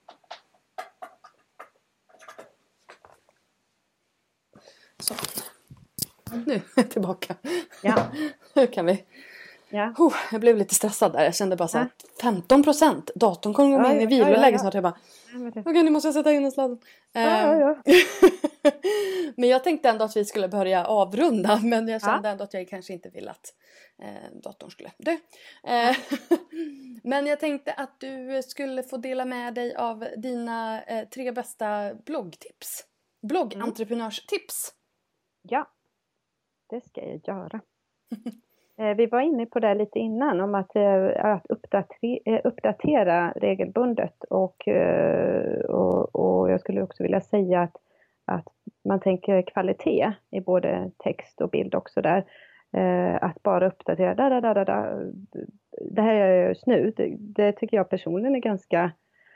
Så. Nu är jag tillbaka. Ja. Nu kan vi... Ja. Oh, jag blev lite stressad där. Jag kände bara så här, femton procent. Datorn kommer gå in i viloläge ja, ja, ja. snart. Jag bara, okej okay, nu måste jag sätta in en sladd. Ja, ja, ja. Men jag tänkte ändå att vi skulle börja avrunda. Men jag kände ja. ändå att jag kanske inte ville att eh, datorn skulle dö. Eh, men jag tänkte att du skulle få dela med dig av dina eh, tre bästa bloggtips. Bloggentreprenörstips. Ja, det ska jag göra. Vi var inne på det lite innan om att, att uppdatera, uppdatera regelbundet och, och, och jag skulle också vilja säga att, att man tänker kvalitet i både text och bild också där. Att bara uppdatera, da, da, da, da, da. Det här jag gör nu, det, det tycker jag personligen är ganska...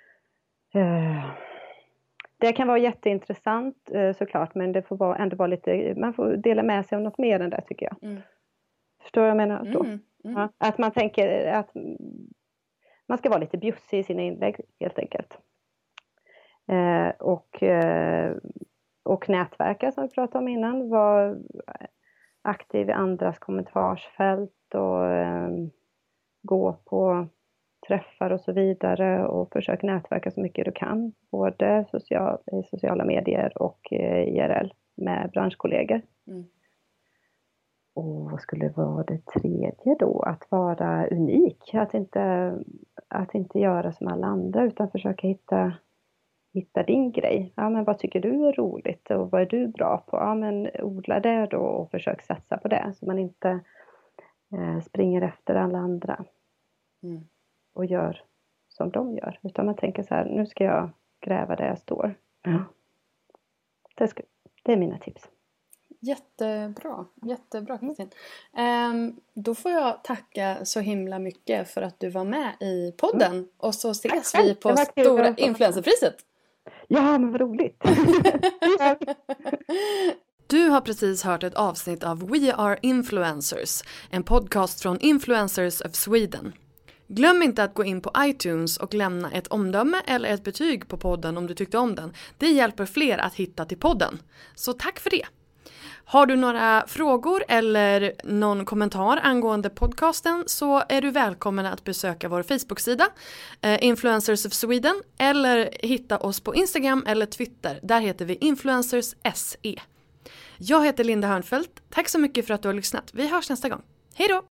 Det kan vara jätteintressant såklart, men det får vara, ändå vara lite, man får dela med sig av något mer än det tycker jag. Mm. Förstår jag menar då? Mm, mm. Ja, att man tänker att man ska vara lite bjussig i sina inlägg helt enkelt. Eh, och, eh, och nätverka som vi pratade om innan. Var aktiv i andras kommentarsfält och eh, gå på träffar och så vidare. Och försök nätverka så mycket du kan. Både social, i sociala medier och eh, I R L med branschkollegor. Mm. Och vad skulle vara det tredje då? Att vara unik. Att inte, att inte göra som alla andra utan försöka hitta, hitta din grej. Ja, men vad tycker du är roligt och vad är du bra på? Ja, men odla det då och försök satsa på det. Så man inte eh, springer efter alla andra. Mm. Och gör som de gör. Utan man tänker så här, nu ska jag gräva där jag står. Ja. Det, ska, det är mina tips. Jättebra, jättebra Kristin. Um, då får jag tacka så himla mycket för att du var med i podden. Mm. Och så ses Tack. vi på Stora Influencerpriset. Ja, men vad roligt. Du har precis hört ett avsnitt av We Are Influencers, en podcast från Influencers of Sweden. Glöm inte att gå in på iTunes och lämna ett omdöme eller ett betyg på podden om du tyckte om den. Det hjälper fler att hitta till podden. Så tack för det! Har du några frågor eller någon kommentar angående podcasten så är du välkommen att besöka vår Facebook-sida eh, Influencers of Sweden eller hitta oss på Instagram eller Twitter. Där heter vi Influencers S E. Jag heter Linda Hörnfeldt. Tack så mycket för att du har lyssnat. Vi hörs nästa gång. Hej då!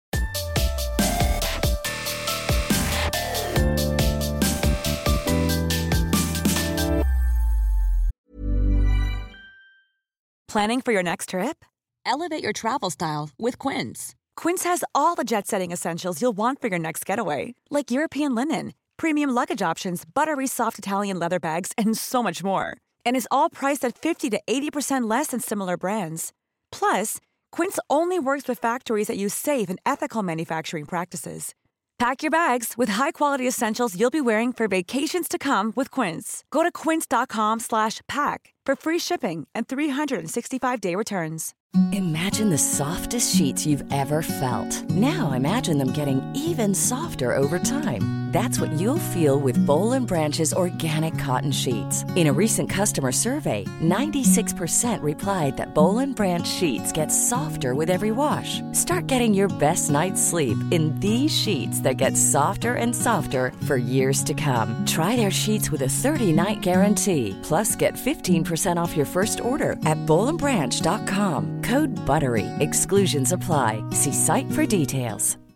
Planning for your next trip? Elevate your travel style with Quince. Quince has all the jet-setting essentials you'll want for your next getaway, like European linen, premium luggage options, buttery soft Italian leather bags, and so much more. And is all priced at fifty to eighty percent less than similar brands. Plus, Quince only works with factories that use safe and ethical manufacturing practices. Pack your bags with high-quality essentials you'll be wearing for vacations to come with Quince. Go to quince.com slash pack for free shipping and three sixty-five day returns. Imagine the softest sheets you've ever felt. Now imagine them getting even softer over time. That's what you'll feel with Boll and Branch's organic cotton sheets. In a recent customer survey, ninety-six percent replied that Boll and Branch sheets get softer with every wash. Start getting your best night's sleep in these sheets that get softer and softer for years to come. Try their sheets with a thirty-night guarantee. Plus, get fifteen percent off your first order at boll and branch dot com. Code BUTTERY. Exclusions apply. See site for details.